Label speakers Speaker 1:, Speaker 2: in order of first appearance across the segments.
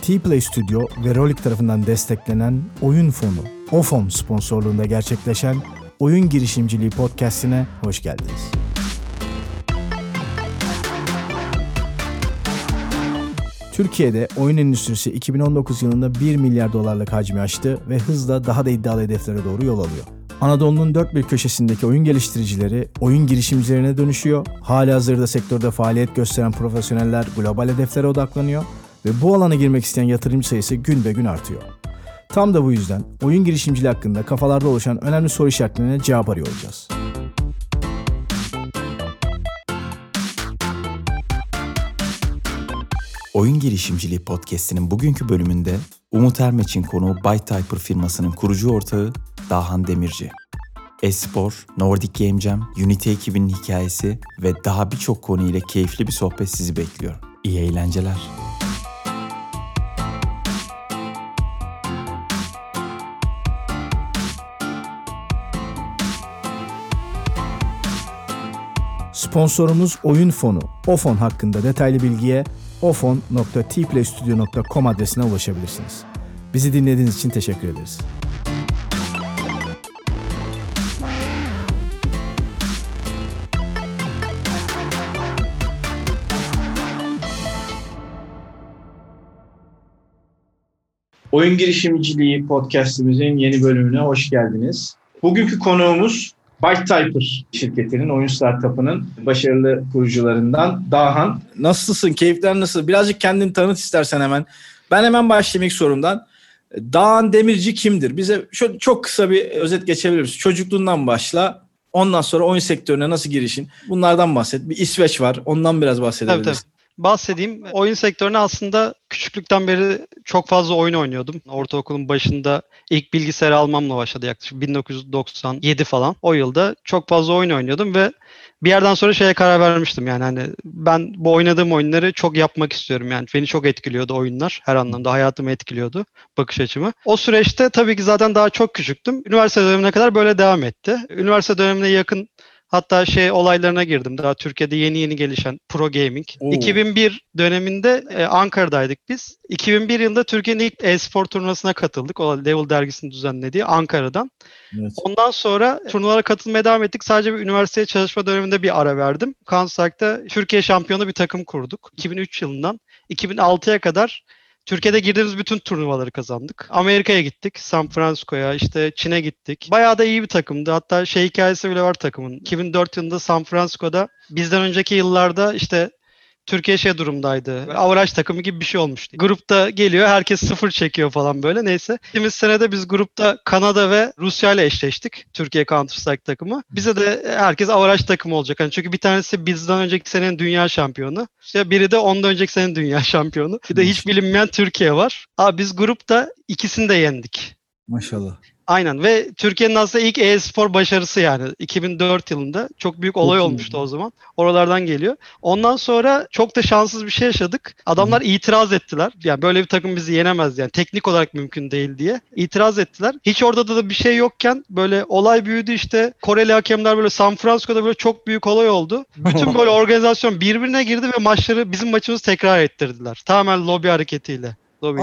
Speaker 1: T-Play Studio ve Rolik tarafından desteklenen Oyun Fonu, OFON sponsorluğunda gerçekleşen Oyun Girişimciliği Podcast'ine hoş geldiniz. Türkiye'de oyun endüstrisi 2019 yılında 1 milyar dolarlık hacmi aştı ve hızla daha da iddialı hedeflere doğru yol alıyor. Anadolu'nun dört bir köşesindeki oyun geliştiricileri oyun girişimcilerine dönüşüyor. Halihazırda sektörde faaliyet gösteren profesyoneller global hedeflere odaklanıyor ve bu alana girmek isteyen yatırımcı sayısı gün be gün artıyor. Tam da bu yüzden oyun girişimciliği hakkında kafalarda oluşan önemli soru işaretlerine cevap arıyor olacağız.
Speaker 2: Oyun Girişimciliği Podcast'inin bugünkü bölümünde Umut Ermeç'in konuğu ByteHyper firmasının kurucu ortağı Dahan Demirci. Espor, Nordic Game Jam, Unity ekibinin hikayesi ve daha birçok konu ile keyifli bir sohbet sizi bekliyor. İyi eğlenceler.
Speaker 1: Sponsorumuz Oyun Fonu, OFON hakkında detaylı bilgiye ofon.tplaystudio.com adresine ulaşabilirsiniz. Bizi dinlediğiniz için teşekkür ederiz.
Speaker 3: Oyun Girişimciliği Podcast'imizin yeni bölümüne hoş geldiniz. Bugünkü konuğumuz ByteHyper şirketinin, oyun startup'ının başarılı kurucularından Dahan. Nasılsın? Keyifler nasıl? Birazcık kendini tanıt istersen hemen. Ben hemen başlayayım ilk sorumdan. Dahan Demirci kimdir? Bize çok kısa bir özet geçebiliriz. Çocukluğundan başla. Ondan sonra oyun sektörüne nasıl girişin? Bunlardan bahset. Bir İsveç var. Ondan biraz bahsedebiliriz.
Speaker 4: Tabii. Bahsedeyim. Oyun sektörüne aslında küçüklükten beri çok fazla oyun oynuyordum. Ortaokulun başında ilk bilgisayarı almamla başladı, yaklaşık 1997 falan. O yılda çok fazla oyun oynuyordum ve bir yerden sonra şeye karar vermiştim, yani hani ben bu oynadığım oyunları çok yapmak istiyorum, yani beni çok etkiliyordu oyunlar, her anlamda hayatımı etkiliyordu, bakış açımı. O süreçte tabii ki zaten daha çok küçüktüm. Üniversite dönemine kadar böyle devam etti. Üniversite dönemine yakın hatta olaylarına girdim. Daha Türkiye'de yeni gelişen pro gaming. 2001 döneminde Ankara'daydık biz. 2001 yılında Türkiye'nin ilk e-spor turnuvasına katıldık. O Level dergisinin düzenlediği Ankara'dan. Evet. Ondan sonra turnuvalara katılmaya devam ettik. Sadece bir üniversiteye çalışma döneminde bir ara verdim. Counter-Strike'da Türkiye şampiyonu bir takım kurduk. 2003 yılından 2006'ya kadar Türkiye'de girdiğimiz bütün turnuvaları kazandık. Amerika'ya gittik, San Francisco'ya, Çin'e gittik. Bayağı da iyi bir takımdı. Hatta hikayesi bile var takımın. 2004 yılında San Francisco'da bizden önceki yıllarda Türkiye durumdaydı. Average takımı gibi bir şey olmuştu. Grupta geliyor, herkes 0 çekiyor falan böyle, neyse. Geçtiğimiz senede biz grupta Kanada ve Rusya ile eşleştik. Türkiye Counter Strike takımı. Bize de herkes average takımı olacak. Çünkü bir tanesi bizden önceki senenin dünya şampiyonu. Biri de ondan önceki senenin dünya şampiyonu. Bir de hiç bilinmeyen Türkiye var. Biz grupta ikisini de yendik.
Speaker 1: Maşallah.
Speaker 4: Aynen ve Türkiye'nin aslında ilk e-spor başarısı, yani 2004 yılında çok büyük olay olmuştu o zaman. Oralardan geliyor. Ondan sonra çok da şanssız bir şey yaşadık. Adamlar itiraz ettiler. Yani böyle bir takım bizi yenemez, yani teknik olarak mümkün değil diye. İtiraz ettiler. Hiç orada da bir şey yokken böyle olay büyüdü Koreli hakemler böyle San Francisco'da böyle çok büyük olay oldu. Bütün böyle organizasyon birbirine girdi ve bizim maçımızı tekrar ettirdiler. Tamamen lobi hareketiyle.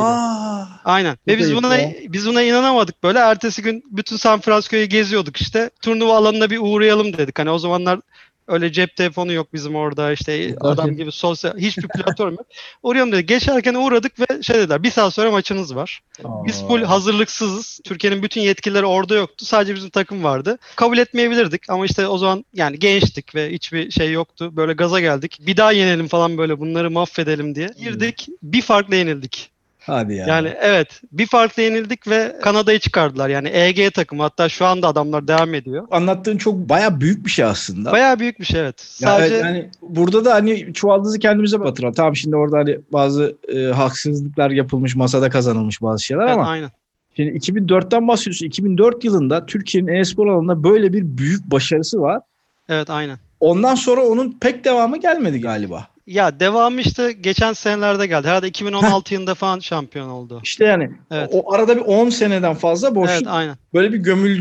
Speaker 4: Aynen. Ve biz buna inanamadık böyle. Ertesi gün bütün San Francisco'yu geziyorduk Turnuva alanına bir uğrayalım dedik. Hani o zamanlar öyle cep telefonu yok bizim orada adam gibi sosyal hiçbir platform yok. Uğrayalım dedik. Geçerken uğradık ve dediler, bir saat sonra maçınız var. Biz full hazırlıksızız. Türkiye'nin bütün yetkilileri orada yoktu. Sadece bizim takım vardı. Kabul etmeyebilirdik ama o zaman yani gençtik ve hiçbir şey yoktu. Böyle gaza geldik. Bir daha yenelim falan, böyle bunları mahvedelim diye. Girdik. Bir farkla yenildik.
Speaker 1: Hadi ya.
Speaker 4: Yani evet, bir farkla yenildik ve Kanada'yı çıkardılar. Yani EG takımı, hatta şu anda adamlar devam ediyor.
Speaker 1: Anlattığın çok bayağı büyük bir şey aslında.
Speaker 4: Bayağı büyük bir şey, evet. Sadece
Speaker 1: yani burada da çuvaldızı kendimize batıralım. Tamam, şimdi orada bazı haksızlıklar yapılmış, masada kazanılmış bazı şeyler,
Speaker 4: evet,
Speaker 1: ama
Speaker 4: aynen.
Speaker 1: Şimdi 2004'ten bahsediyorsun. 2004 yılında Türkiye'nin e-spor alanında böyle bir büyük başarısı var.
Speaker 4: Evet, aynen.
Speaker 1: Ondan sonra onun pek devamı gelmedi galiba.
Speaker 4: Ya devamı geçen senelerde geldi. Herhalde 2016 yılında falan şampiyon oldu.
Speaker 1: Yani evet. O arada bir 10 seneden fazla boşluk.
Speaker 4: Evet, aynen.
Speaker 1: Böyle bir gömüldük.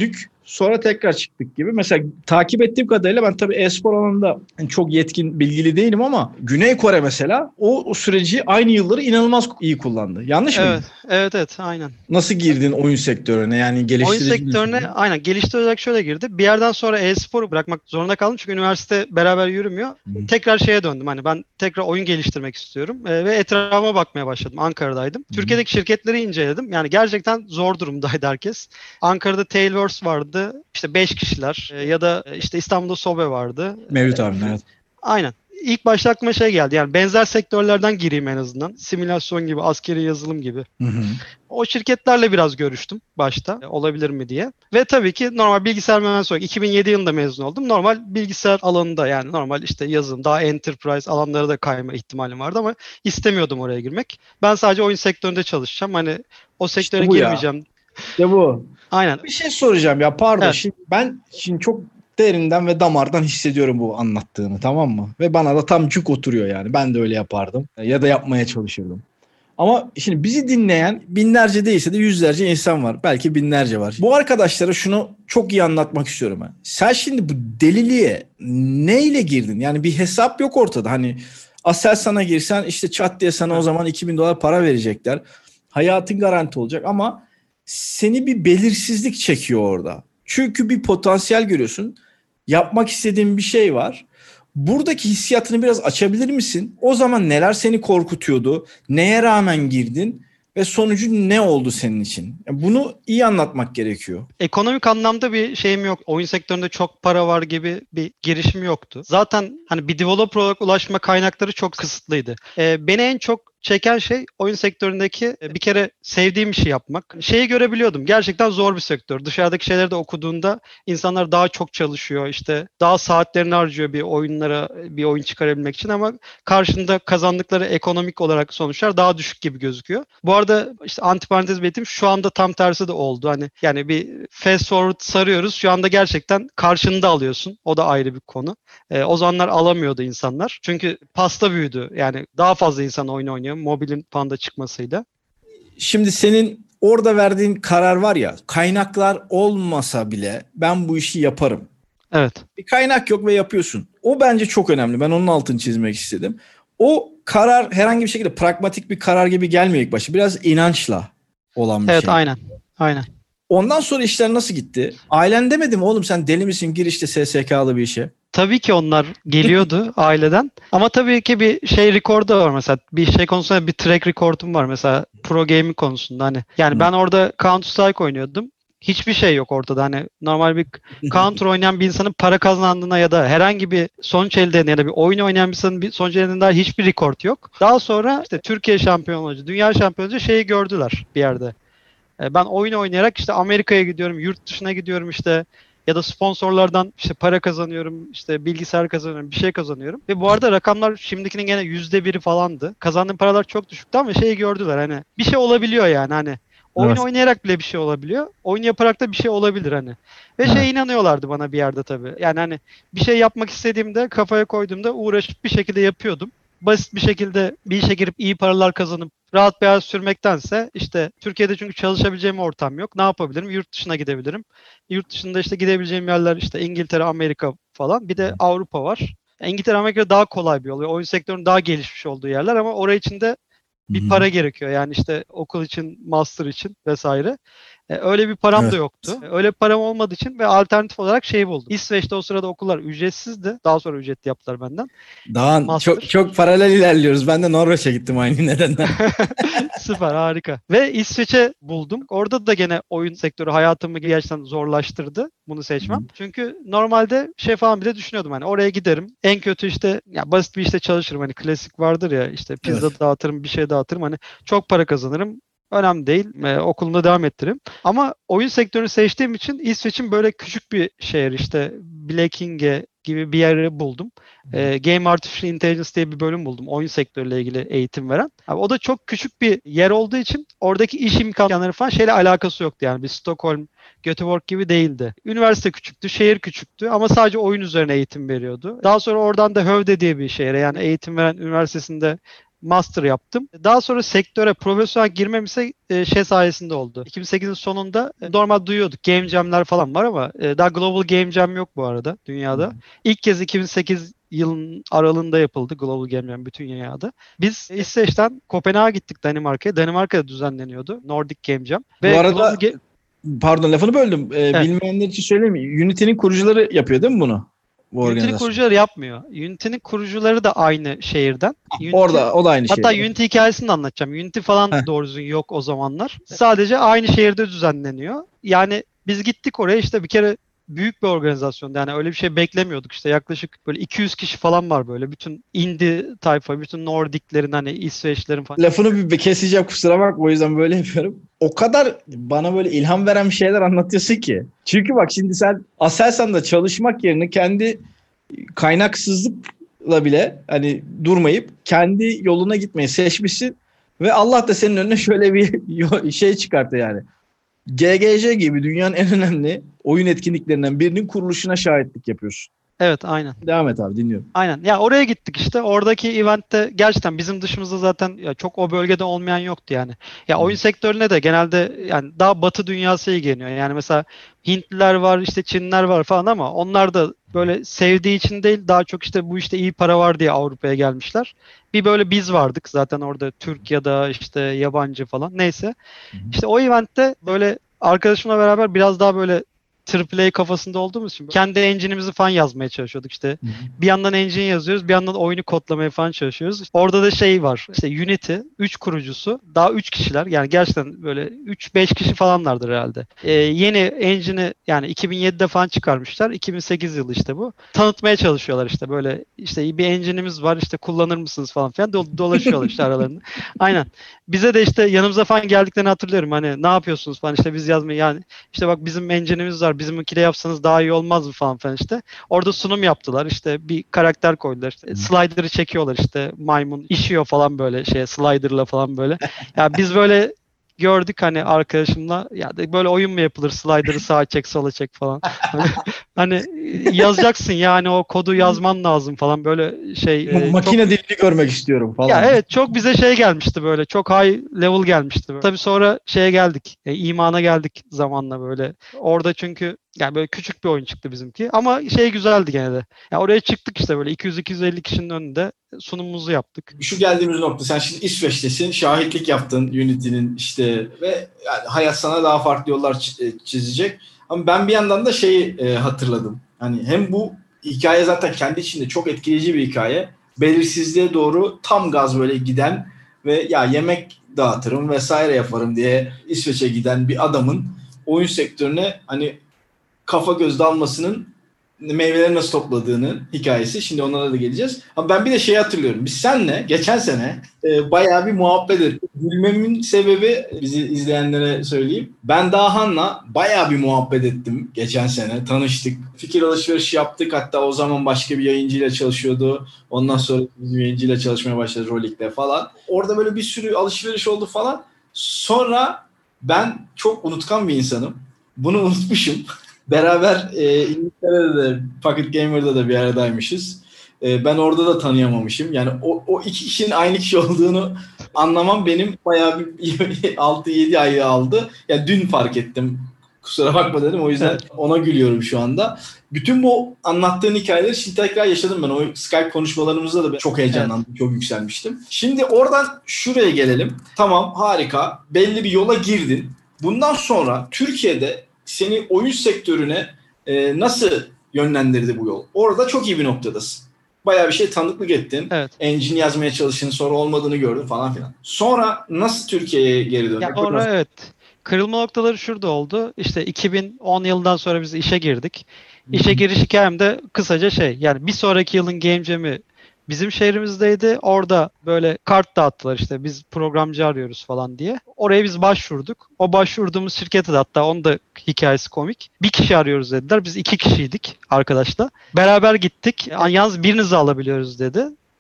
Speaker 3: Sonra tekrar çıktık gibi. Mesela takip ettiğim kadarıyla ben tabii e-spor alanında çok yetkin, bilgili değilim ama Güney Kore mesela o süreci aynı yılları inanılmaz iyi kullandı. Yanlış mıyım?
Speaker 4: Evet, aynen.
Speaker 3: Nasıl girdin oyun sektörüne? Yani
Speaker 4: Oyun
Speaker 3: geliştirici
Speaker 4: sektörüne aynen geliştirici olarak şöyle girdi. Bir yerden sonra e-sporu bırakmak zorunda kaldım çünkü üniversite beraber yürümüyor. Tekrar şeye döndüm. Hani ben tekrar oyun geliştirmek istiyorum ve etrafıma bakmaya başladım. Ankara'daydım. Türkiye'deki şirketleri inceledim. Yani gerçekten zor durumdaydı herkes. Ankara'da Tailverse vardı. İşte 5 kişiler ya da işte İstanbul'da Sobe vardı.
Speaker 3: Mevlüt abi, evet.
Speaker 4: Aynen. İlk başta aklıma şey geldi. Yani benzer sektörlerden gireyim en azından. Simülasyon gibi, askeri yazılım gibi.
Speaker 3: Hı hı.
Speaker 4: O şirketlerle biraz görüştüm başta olabilir mi diye. Ve tabii ki normal bilgisayar mühendisliği olarak 2007 yılında mezun oldum. Normal bilgisayar alanında yani normal işte yazılım, daha enterprise alanlara da kayma ihtimalim vardı ama istemiyordum oraya girmek. Ben sadece oyun sektöründe çalışacağım. Hani o sektöre
Speaker 3: bu ya.
Speaker 4: girmeyeceğim.
Speaker 3: İşte bu.
Speaker 4: Aynen.
Speaker 3: Bir şey soracağım ya, pardon.
Speaker 4: Evet.
Speaker 3: Şimdi çok derinden ve damardan hissediyorum bu anlattığını, tamam mı? Ve bana da tam cuk oturuyor yani. Ben de öyle yapardım ya da yapmaya çalışırdım. Ama şimdi bizi dinleyen binlerce değilse de yüzlerce insan var. Belki binlerce var. Bu arkadaşlara şunu çok iyi anlatmak istiyorum ben. Sen şimdi bu deliliğe neyle girdin? Yani bir hesap yok ortada. Hani Aselsan'a girsen işte çat diye sana o zaman $2000 para verecekler. Hayatın garanti olacak ama seni bir belirsizlik çekiyor orada. Çünkü bir potansiyel görüyorsun. Yapmak istediğin bir şey var. Buradaki hissiyatını biraz açabilir misin? O zaman neler seni korkutuyordu? Neye rağmen girdin? Ve sonucu ne oldu senin için? Bunu iyi anlatmak gerekiyor.
Speaker 4: Ekonomik anlamda bir şeyim yok. Oyun sektöründe çok para var gibi bir girişim yoktu. Zaten hani bir developer olarak ulaşma kaynakları çok kısıtlıydı. Beni en çok çeken şey oyun sektöründeki bir kere sevdiğim işi yapmak. Şeyi görebiliyordum. Gerçekten zor bir sektör. Dışarıdaki şeyleri de okuduğunda insanlar daha çok çalışıyor. İşte daha saatlerini harcıyor bir oyunlara, bir oyun çıkarabilmek için ama karşında kazandıkları ekonomik olarak sonuçlar daha düşük gibi gözüküyor. Bu arada işte antiparantez belirteyim, şu anda tam tersi de oldu. Hani yani bir fast forward sarıyoruz. Şu anda gerçekten karşında alıyorsun. O da ayrı bir konu. O zamanlar alamıyordu insanlar. Çünkü pasta büyüdü. Yani daha fazla insan oyun oynuyor. Mobilin panda çıkmasıyla.
Speaker 3: Şimdi senin orada verdiğin karar var ya, kaynaklar olmasa bile ben bu işi yaparım.
Speaker 4: Evet.
Speaker 3: Bir kaynak yok ve yapıyorsun. O bence çok önemli. Ben onun altını çizmek istedim. O karar herhangi bir şekilde pragmatik bir karar gibi gelmiyor ilk başta. Biraz inançla olan bir
Speaker 4: Evet,
Speaker 3: şey.
Speaker 4: aynen.
Speaker 3: Ondan sonra işler nasıl gitti? Ailen demedi mi oğlum sen deli misin, gir işte SSK'lı bir işe?
Speaker 4: Tabii ki onlar geliyordu aileden. Ama tabii ki bir şey rekordu var mesela. Bir şey konusunda bir track record'um var mesela pro gaming konusunda hani. Yani ben orada Counter Strike oynuyordum. Hiçbir şey yok ortada. Hani normal bir Counter oynayan bir insanın para kazandığına ya da herhangi bir sonuç elde eden ya da bir oyun oynayan bir insanın bir sonuç elde edene dair hiçbir rekord yok. Daha sonra işte Türkiye şampiyonluğu, dünya şampiyonluğu şeyi gördüler bir yerde. Ben oyun oynayarak işte Amerika'ya gidiyorum, yurt dışına gidiyorum işte ya da sponsorlardan işte para kazanıyorum, işte bilgisayar kazanıyorum, bir şey kazanıyorum. Ve bu arada rakamlar şimdikinin gene %1'i falandı. Kazandığım paralar çok düşüktü ama şeyi gördüler hani bir şey olabiliyor yani hani. Oyun
Speaker 3: Evet.
Speaker 4: oynayarak bile bir şey olabiliyor. Oyun yaparak da bir şey olabilir hani. Ve şeye inanıyorlardı bana bir yerde tabii. Yani hani bir şey yapmak istediğimde, kafaya koyduğumda uğraşıp bir şekilde yapıyordum. Basit bir şekilde bir işe girip iyi paralar kazanıp rahat bir hayat sürmektense işte Türkiye'de çünkü çalışabileceğim ortam yok. Ne yapabilirim? Yurt dışına gidebilirim. Yurt dışında işte gidebileceğim yerler işte İngiltere, Amerika falan. Bir de Avrupa var. İngiltere, Amerika daha kolay bir yol. Oyun sektörünün daha gelişmiş olduğu yerler ama oraya için de bir para gerekiyor. Yani işte okul için, master için vesaire. Öyle bir param da yoktu. Öyle bir param olmadığı için ve alternatif olarak şey buldum. İsveç'te o sırada okullar ücretsizdi. Daha sonra ücretli yaptılar benden.
Speaker 3: Daha
Speaker 4: Master.
Speaker 3: çok paralel ilerliyoruz. Ben de Norveç'e gittim aynı nedenden.
Speaker 4: Süper, harika. Ve İsveç'e buldum. Orada da gene oyun sektörü hayatımı gerçekten zorlaştırdı bunu seçmem. Çünkü normalde şey falan bile düşünüyordum hani oraya giderim. En kötü işte ya basit bir işte çalışırım. Hani klasik vardır ya işte pizza dağıtırım, bir şey dağıtırım. Hani çok para kazanırım. Önemli değil. Okulumda devam ettiririm. Ama oyun sektörünü seçtiğim için İsveç'in böyle küçük bir şehir işte Blekinge gibi bir yeri buldum. Game Artificial Intelligence diye bir bölüm buldum. Oyun sektörüyle ilgili eğitim veren. Abi, o da çok küçük bir yer olduğu için oradaki iş imkanları falan şeyle alakası yoktu. Yani bir Stockholm, Göteborg gibi değildi. Üniversite küçüktü, şehir küçüktü ama sadece oyun üzerine eğitim veriyordu. Daha sonra oradan da Hövde diye bir şehre yani eğitim veren üniversitesinde master yaptım. Daha sonra sektöre profesyonel girmem ise şey sayesinde oldu. 2008'in sonunda normal duyuyorduk. Game Jam'ler falan var ama daha Global Game Jam yok bu arada dünyada. İlk kez 2008 yılın aralığında yapıldı Global Game Jam bütün dünyada. Biz İsveç'ten Kopenhag'a gittik Danimarka'ya. Danimarka'da düzenleniyordu Nordic Game Jam.
Speaker 3: Bu arada
Speaker 4: Global
Speaker 3: pardon lafını böldüm. Bilmeyenler için söyleyeyim. Unity'nin kurucuları yapıyor değil mi bunu? Bu
Speaker 4: Unity'nin
Speaker 3: organizasyon.
Speaker 4: kurucuları yapmıyor. Unity'nin kurucuları da aynı şehirden.
Speaker 3: Orada o da aynı şey.
Speaker 4: Hatta Unity hikayesini de anlatacağım. Unity falan doğru düzgün yok o zamanlar. Sadece aynı şehirde düzenleniyor. Yani biz gittik oraya işte bir kere büyük bir organizasyon. Yani öyle bir şey beklemiyorduk işte. Yaklaşık böyle 200 kişi falan var böyle. Bütün indie tayfa, bütün Nordiklerin hani İsveçlerin falan.
Speaker 3: Lafını bir keseceğim kusura bakma o yüzden böyle yapıyorum. O kadar bana böyle ilham veren bir şeyler anlatıyorsun ki. Çünkü bak şimdi sen Aselsan'da çalışmak yerine kendi kaynaksızlıkla bile hani durmayıp kendi yoluna gitmeyi seçmişsin ve Allah da senin önüne şöyle bir şey çıkarttı yani. GGC gibi dünyanın en önemli oyun etkinliklerinden birinin kuruluşuna şahitlik yapıyorsun.
Speaker 4: Evet, aynen.
Speaker 3: Devam et abi, dinliyorum.
Speaker 4: Aynen. Ya oraya gittik işte. Oradaki eventte gerçekten bizim dışımızda zaten ya çok o bölgede olmayan yoktu yani. Ya oyun sektörüne de genelde yani daha Batı dünyası ilgileniyor. Yani mesela Hintliler var, işte Çinliler var falan ama onlar da böyle sevdiği için değil, daha çok işte bu işte iyi para var diye Avrupa'ya gelmişler. Bir böyle biz vardık zaten orada, Türk ya da işte yabancı falan. Neyse. İşte o eventte böyle arkadaşımla beraber biraz daha böyle AAA kafasında olduğumuz için kendi engine'imizi falan yazmaya çalışıyorduk işte. Bir yandan engine yazıyoruz, bir yandan oyunu kodlamaya falan çalışıyoruz. Orada da şey var, işte Unity 3 kurucusu, daha 3 kişiler yani gerçekten böyle 3-5 kişi falanlardır herhalde. Yeni engine'i yani 2007'de falan çıkarmışlar. 2008 yılı işte bu. Tanıtmaya çalışıyorlar işte böyle işte bir engine'imiz var işte kullanır mısınız falan filan dolaşıyorlar işte aralarında. Aynen. Bize de işte yanımıza falan geldiklerini hatırlıyorum. Hani ne yapıyorsunuz falan işte biz yazmayı yani işte bak bizim engine'imiz var. Bizimkile yapsanız daha iyi olmaz mı falan filan işte. Orada sunum yaptılar. İşte bir karakter koydular. İşte slider'ı çekiyorlar işte. Maymun işiyor falan böyle şey slider'la falan böyle. Ya biz böyle gördük hani arkadaşımla ya da böyle oyun mu yapılır slider'ı sağa çek sola çek falan. Hani yazacaksın yani o kodu yazman lazım falan böyle şey.
Speaker 3: Makine dilini görmek istiyorum falan.
Speaker 4: Ya evet çok bize şey gelmişti böyle çok high level gelmişti böyle. Tabii sonra şeye geldik imana geldik zamanla böyle. Orada çünkü yani böyle küçük bir oyun çıktı bizimki ama şey güzeldi gene de. Ya oraya çıktık işte böyle 200-250 kişinin önünde sunumumuzu yaptık.
Speaker 3: Şu geldiğimiz nokta, sen şimdi İsveç'tesin, şahitlik yaptın Unity'nin işte ve yani hayat sana daha farklı yollar çizecek. Ama ben bir yandan da şeyi hatırladım. Hani hem bu hikaye zaten kendi içinde çok etkileyici bir hikaye. Belirsizliğe doğru tam gaz böyle giden ve ya yemek dağıtırım vesaire yaparım diye İsveç'e giden bir adamın oyun sektörüne hani kafa göz dalmasının meyveleri nasıl topladığının hikayesi. Şimdi onlara da geleceğiz. Ama ben bir de şeyi hatırlıyorum. Biz seninle geçen sene bayağı bir muhabbet ettik. Gülmemin sebebi bizi izleyenlere söyleyeyim. Ben Dahan'la bayağı bir muhabbet ettim geçen sene. Tanıştık. Fikir alışverişi yaptık. Hatta o zaman başka bir yayıncıyla çalışıyordu. Ondan sonra bizim yayıncıyla çalışmaya başladı Rolik'le falan. Orada böyle bir sürü alışveriş oldu falan. Sonra ben çok unutkan bir insanım. Bunu unutmuşum. Beraber İngiltere'de de Pocket Gamer'da da bir aradaymışız. Ben orada da tanıyamamışım. Yani o iki kişinin aynı kişi olduğunu anlamam benim bayağı bir 6-7 ayı aldı. Yani dün fark ettim. Kusura bakma dedim. O yüzden ona gülüyorum şu anda. Bütün bu anlattığın hikayeleri şimdi tekrar yaşadım ben. O Skype konuşmalarımızda da ben çok heyecanlandım. Çok yükselmiştim. Şimdi oradan şuraya gelelim. Tamam, harika. Belli bir yola girdin. Bundan sonra Türkiye'de seni oyun sektörüne nasıl yönlendirdi bu yol? Orada çok iyi bir noktadasın. Bayağı bir şey tanıklık ettin.
Speaker 4: Evet.
Speaker 3: Engine yazmaya çalıştın, sonra olmadığını gördün falan filan. Sonra nasıl Türkiye'ye geri döndün?
Speaker 4: Ya sonra evet. Kırılma noktaları şurada oldu. İşte 2010 yılından sonra biz işe girdik. İşe giriş hikayem de kısaca şey. Yani bir sonraki yılın Game Jam'i bizim şehrimizdeydi. Orada böyle kart dağıttılar işte biz programcı arıyoruz falan diye. Oraya biz başvurduk. O başvurduğumuz şirkete de hatta onun da hikayesi komik. Bir kişi arıyoruz dediler. Biz 2 kişiydik arkadaşla. Beraber gittik. Yalnız birinizi alabiliyoruz dedi.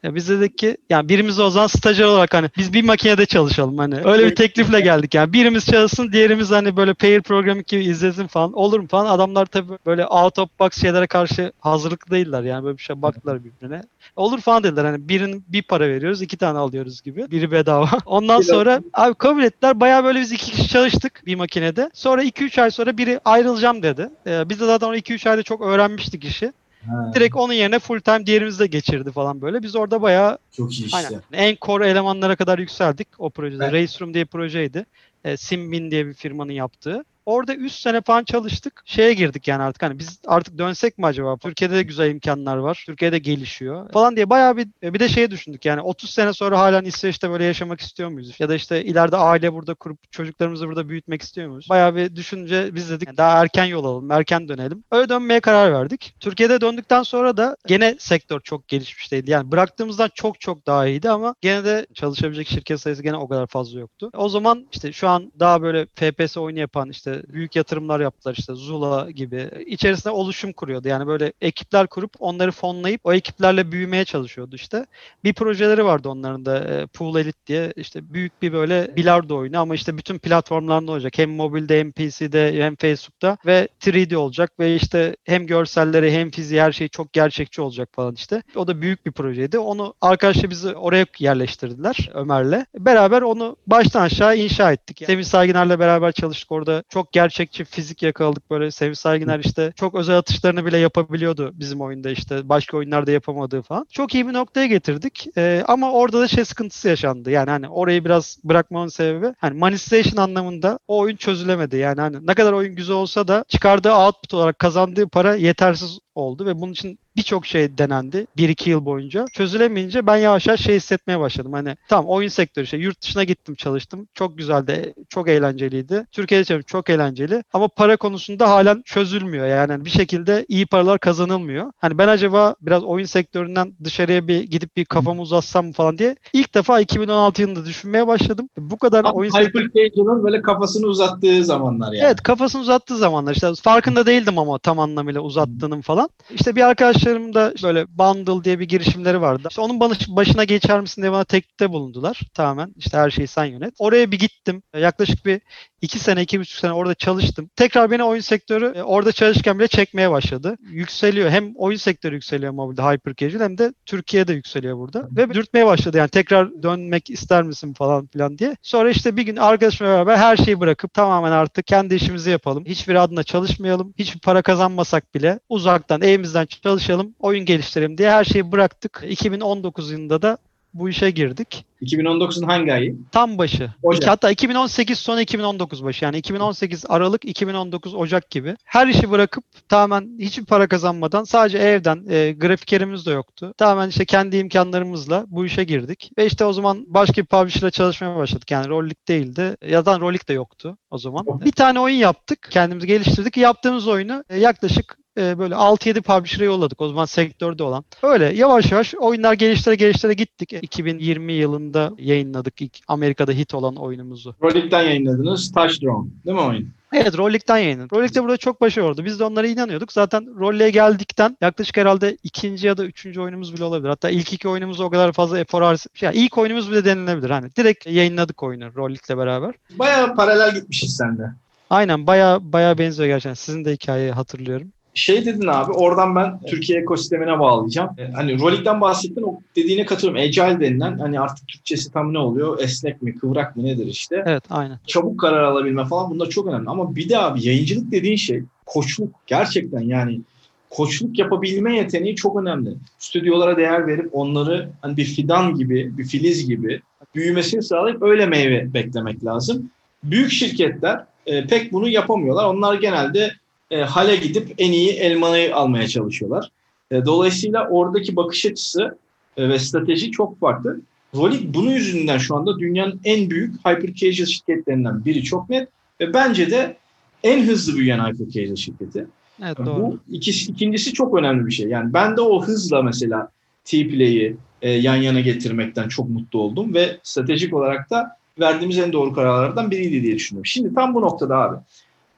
Speaker 4: Ya biz dedik ki yani birimiz o zaman stajyer olarak hani biz bir makinede çalışalım hani öyle bir teklifle geldik yani birimiz çalışsın diğerimiz hani böyle pair programming gibi izlesin falan olur mu falan. Adamlar tabii böyle out of box şeylere karşı hazırlıklı değiller yani böyle bir şey baktılar birbirine. Olur falan dediler hani bir para veriyoruz 2 tane alıyoruz gibi biri bedava. Ondan sonra abi kabul ettiler bayağı böyle biz 2 kişi çalıştık bir makinede. Sonra 2-3 ay sonra biri ayrılacağım dedi. Biz de zaten o 2-3 ayda çok öğrenmiştik işi.
Speaker 3: Ha,
Speaker 4: Direkt onun yerine full time diğerimiz de geçirdi falan böyle. Biz orada bayağı
Speaker 3: çok iyi
Speaker 4: aynen
Speaker 3: işte.
Speaker 4: en core elemanlara kadar yükseldik o projede.
Speaker 3: Ben-
Speaker 4: Race Room diye projeydi. Simbin diye bir firmanın yaptığı. Orada 3 sene falan çalıştık. Şeye girdik yani artık hani biz artık dönsek mi acaba? Türkiye'de de güzel imkanlar var. Türkiye'de gelişiyor falan diye bayağı bir de şey düşündük yani 30 sene sonra halen İsveç'te böyle yaşamak istiyor muyuz? Ya da işte ileride aile burada kurup çocuklarımızı burada büyütmek istiyor muyuz? Bayağı bir düşünce biz dedik daha erken yol alalım, erken dönelim. Öyle dönmeye karar verdik. Türkiye'de döndükten sonra da gene sektör çok gelişmiş değildi. Yani bıraktığımızdan çok çok daha iyiydi ama gene de çalışabilecek şirket sayısı gene o kadar fazla yoktu. O zaman işte şu an daha böyle FPS oyunu yapan işte büyük yatırımlar yaptılar işte Zula gibi. İçerisinde oluşum kuruyordu. Yani böyle ekipler kurup onları fonlayıp o ekiplerle büyümeye çalışıyordu işte. Bir projeleri vardı onların da Pool Elite diye işte büyük bir böyle bilardo oyunu ama işte bütün platformlarda olacak. Hem mobilde hem PC'de hem Facebook'ta ve 3D olacak ve işte hem görselleri hem fiziği her şey çok gerçekçi olacak falan işte. O da büyük bir projeydi. Onu arkadaşlar bizi oraya yerleştirdiler Ömer'le. Beraber onu baştan aşağı inşa ettik. Semih Saygıner'le beraber çalıştık. Orada çok gerçekçi fizik yakaladık. Böyle Semih Saygıner işte çok özel atışlarını bile yapabiliyordu bizim oyunda işte. Başka oyunlarda yapamadığı falan. Çok iyi bir noktaya getirdik. Ama orada da şey sıkıntısı yaşandı. Yani hani orayı biraz bırakmamın sebebi hani monetization anlamında o oyun çözülemedi. Yani hani ne kadar oyun güzel olsa da çıkardığı output olarak kazandığı para yetersiz oldu ve bunun için birçok şey denendi 1-2 yıl boyunca. Çözülemeyince ben yavaş yavaş şey hissetmeye başladım. Hani tamam oyun sektörü işte yurt dışına gittim çalıştım. Çok güzeldi. Çok eğlenceliydi. Türkiye'de çalıştım çok eğlenceli. Ama para konusunda halen çözülmüyor. Yani hani bir şekilde iyi paralar kazanılmıyor. Hani ben acaba biraz oyun sektöründen dışarıya bir gidip bir kafamı uzatsam mı falan diye ilk defa 2016 yılında düşünmeye başladım. Bu kadar
Speaker 3: Tam
Speaker 4: oyun sektörü
Speaker 3: Hypercage'ın böyle kafasını uzattığı zamanlar yani.
Speaker 4: evet kafasını uzattığı zamanlar işte farkında değildim ama tam anlamıyla uzattığının falan. İşte bir arkadaşlarım da böyle Bundle diye bir girişimleri vardı. İşte onun başına geçer misin diye bana teklifte bulundular. Tamamen işte her şeyi sen yönet. Oraya bir gittim. Yaklaşık bir 2 sene, 2,5 sene orada çalıştım. Tekrar beni oyun sektörü orada çalışırken bile çekmeye başladı. Yükseliyor. Hem oyun sektörü yükseliyor mobilde hyper casual hem de Türkiye'de yükseliyor burada. Ve dürtmeye başladı yani tekrar dönmek ister misin falan filan diye. Sonra işte bir gün arkadaşımla beraber her şeyi bırakıp tamamen artık kendi işimizi yapalım. Hiçbir adına çalışmayalım. Hiçbir para kazanmasak bile uzaktan evimizden çalışalım, oyun geliştirelim diye her şeyi bıraktık. 2019 yılında da bu işe girdik.
Speaker 3: 2019'un hangi ayı?
Speaker 4: Tam başı.
Speaker 3: Ocak.
Speaker 4: Hatta 2018 sonu 2019 başı. Yani 2018 Aralık 2019 Ocak gibi. Her işi bırakıp tamamen hiçbir para kazanmadan sadece evden grafikerimiz de yoktu. Tamamen işte kendi imkanlarımızla bu işe girdik. Ve işte o zaman başka bir publisher'la çalışmaya başladık. Yani Rolik değildi. Ya da Rolik de yoktu o zaman. Bir tane oyun yaptık. Kendimizi geliştirdik. Yaptığımız oyunu yaklaşık böyle 6-7 publisher'a yolladık o zaman sektörde olan. Öyle yavaş yavaş oyunlar geliştire gittik. 2020 yılında yayınladık ilk Amerika'da hit olan oyunumuzu.
Speaker 3: Rolik'ten yayınladınız. Touch Drone. Değil mi oyun?
Speaker 4: Evet Rollik'ten yayınladık. Rollik de burada çok başarılı oldu. Biz de onlara inanıyorduk. Zaten Rollik'e geldikten yaklaşık herhalde ikinci ya da üçüncü oyunumuz bile olabilir. Hatta ilk 2 oyunumuz o kadar fazla efor yani ilk oyunumuz bile denilebilir. Hani direkt yayınladık oyunu Rollik'le beraber.
Speaker 3: Bayağı paralel gitmişiz sende.
Speaker 4: Aynen baya benziyor gerçekten. Sizin de hikayeyi hatırlıyorum.
Speaker 3: Şey dedin abi, oradan ben Türkiye ekosistemine bağlayacağım. Hani Rolik'ten bahsettin, o dediğine katılıyorum. Agile denilen, hani artık Türkçesi tam ne oluyor? Esnek mi, kıvrak mı nedir işte?
Speaker 4: Evet aynen.
Speaker 3: Çabuk karar alabilme falan, bunlar çok önemli. Ama bir de abi yayıncılık dediğin şey koçluk. Gerçekten yani koçluk yapabilme yeteneği çok önemli. Stüdyolara değer verip onları hani bir fidan gibi, bir filiz gibi büyümesini sağlayıp öyle meyve beklemek lazım. Büyük şirketler pek bunu yapamıyorlar. Onlar genelde hale gidip en iyi elmayı almaya çalışıyorlar. Dolayısıyla oradaki bakış açısı ve strateji çok farklı. Rolik bunun yüzünden şu anda dünyanın en büyük hyper casual şirketlerinden biri, çok net. Ve bence de en hızlı büyüyen hyper casual şirketi.
Speaker 4: Evet doğru.
Speaker 3: Bu ikincisi çok önemli bir şey. Yani ben de o hızla mesela T-Play'i yan yana getirmekten çok mutlu oldum ve stratejik olarak da verdiğimiz en doğru kararlardan biriydi diye düşünüyorum. Şimdi tam bu noktada abi,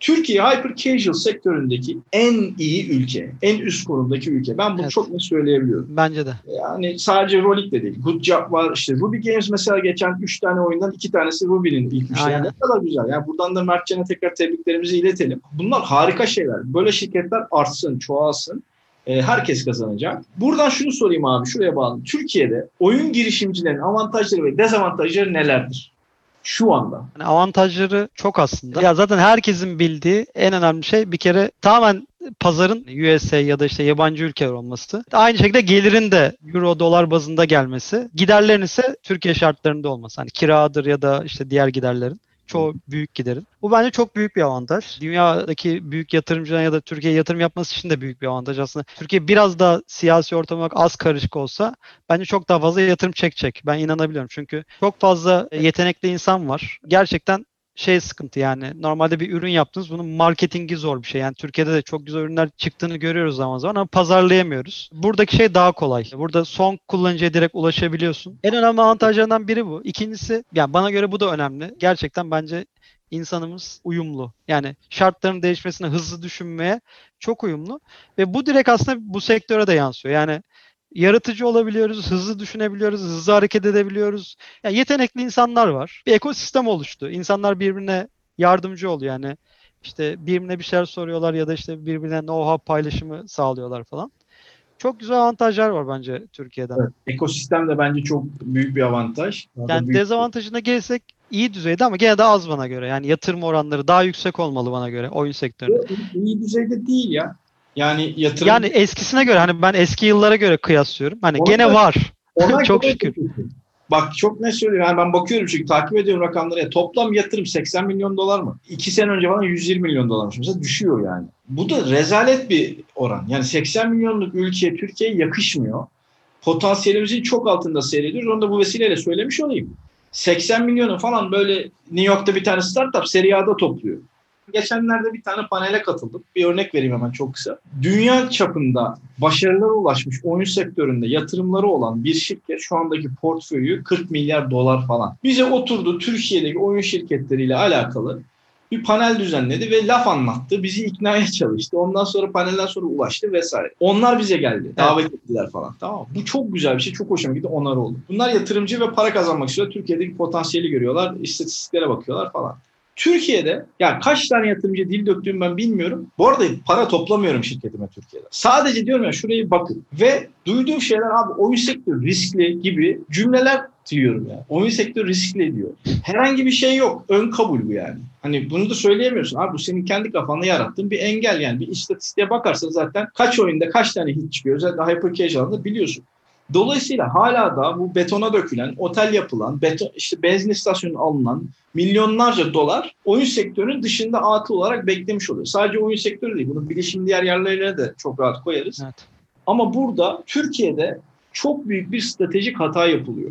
Speaker 3: Türkiye hyper casual sektöründeki en iyi ülke, en üst konumdaki ülke. Ben bunu
Speaker 4: Evet.
Speaker 3: çok net söyleyebiliyorum.
Speaker 4: Bence de.
Speaker 3: Yani sadece Rolik de değil. Good Job var. İşte Ruby Games mesela geçen 3 tane oyundan 2 tanesi Ruby'nin ilk 3'te. Yani
Speaker 4: Aynen.
Speaker 3: ne kadar güzel. Yani buradan da Mertcan'a tekrar tebriklerimizi iletelim. Bunlar harika şeyler. Böyle şirketler artsın, çoğalsın. Herkes kazanacak. Buradan şunu sorayım abi, şuraya bağlı. Türkiye'de oyun girişimcilerin avantajları ve dezavantajları nelerdir? Şu anda.
Speaker 4: Yani avantajları çok aslında. Ya zaten herkesin bildiği en önemli şey bir kere tamamen pazarın USA ya da işte yabancı ülkeler olması. Aynı şekilde gelirin de euro dolar bazında gelmesi. Giderlerin ise Türkiye şartlarında olması. Hani kiradır ya da işte diğer giderlerin. Çoğu büyük giderin. Bu bence çok büyük bir avantaj. Dünyadaki büyük yatırımcıların ya da Türkiye'ye yatırım yapması için de büyük bir avantaj aslında. Türkiye biraz daha siyasi ortam olarak az karışık olsa bence çok daha fazla yatırım çekecek. Ben inanabiliyorum. Çünkü çok fazla yetenekli insan var. Gerçekten sıkıntı yani. Normalde bir ürün yaptınız. Bunun marketingi zor bir şey. Yani Türkiye'de de çok güzel ürünler çıktığını görüyoruz zaman zaman ama pazarlayamıyoruz. Buradaki şey daha kolay. Burada son kullanıcıya direkt ulaşabiliyorsun. En önemli avantajlarından biri bu. İkincisi, yani bana göre bu da önemli. Gerçekten bence insanımız uyumlu. Yani şartların değişmesine, hızlı düşünmeye çok uyumlu. Ve bu direkt aslında bu sektöre de yansıyor. Yani yaratıcı olabiliyoruz, hızlı düşünebiliyoruz, hızlı hareket edebiliyoruz. Yani yetenekli insanlar var. Bir ekosistem oluştu. İnsanlar birbirine yardımcı oluyor yani. İşte birbirine bir şeyler soruyorlar ya da işte birbirine know-how paylaşımı sağlıyorlar falan. Çok güzel avantajlar var bence Türkiye'den.
Speaker 3: Evet. Ekosistem de bence çok büyük bir avantaj. Daha da
Speaker 4: Yani
Speaker 3: büyük.
Speaker 4: dezavantajına gelirsek iyi düzeyde ama gene de az bana göre. Yani yatırım oranları daha yüksek olmalı bana göre oyun sektöründe.
Speaker 3: İyi düzeyde değil ya. Yani yatırım.
Speaker 4: Yani eskisine göre hani ben eski yıllara göre kıyaslıyorum. Hani
Speaker 3: Ona
Speaker 4: gene
Speaker 3: da-
Speaker 4: var.
Speaker 3: Ona
Speaker 4: Çok
Speaker 3: göre
Speaker 4: şükür.
Speaker 3: Bak çok ne söylüyorum. Yani ben bakıyorum çünkü takip ediyorum rakamları. Ya. Toplam yatırım 80 milyon dolar mı? 2 sene önce falan 120 milyon dolarmış. Mesela düşüyor yani. Bu da rezalet bir oran. Yani 80 milyonluk ülkeye Türkiye'ye yakışmıyor. Potansiyelimizin çok altında seyrediyoruz. Onu da bu vesileyle söylemiş olayım. 80 milyonu falan böyle New York'ta bir tane startup Serie A'da topluyor. Geçenlerde bir tane panele katıldım. Bir örnek vereyim hemen çok kısa. Dünya çapında başarılara ulaşmış oyun sektöründe yatırımları olan bir şirket şu andaki portföyü 40 milyar dolar falan. Bize oturdu Türkiye'deki oyun şirketleriyle alakalı bir panel düzenledi ve laf anlattı. Bizi iknaya çalıştı. Ondan sonra panelden sonra ulaştı vesaire. Onlar bize geldi. Davet ettiler falan. Tamam mı? Bu çok güzel bir şey. Çok hoşuma gitti. Onlar oldu. Bunlar yatırımcı ve para kazanmak istiyor. Türkiye'deki potansiyeli görüyorlar. İstatistiklere bakıyorlar falan. Türkiye'de ya kaç tane yatırımcı dil döktüğümü ben bilmiyorum. Bu arada para toplamıyorum şirketime Türkiye'de. Sadece diyorum ya şuraya bakın. Ve duyduğum şeyler abi oyun sektörü riskli gibi cümleler diyorum ya. Oyun sektörü riskli diyor. Herhangi bir şey yok. Ön kabul bu yani. Hani bunu da söyleyemiyorsun. Abi bu senin kendi kafanda yarattığın bir engel yani. Bir istatistiğe bakarsan zaten kaç oyunda kaç tane hit çıkıyor. Özellikle hyper casual'da biliyorsun. Dolayısıyla hala da bu betona dökülen, otel yapılan, işte benzin istasyonu alınan milyonlarca dolar oyun sektörünün dışında atıl olarak beklemiş oluyor. Sadece oyun sektörü değil. Bunu bilişim diğer yerlerine de çok rahat koyarız.
Speaker 4: Evet.
Speaker 3: Ama burada Türkiye'de çok büyük bir stratejik hata yapılıyor.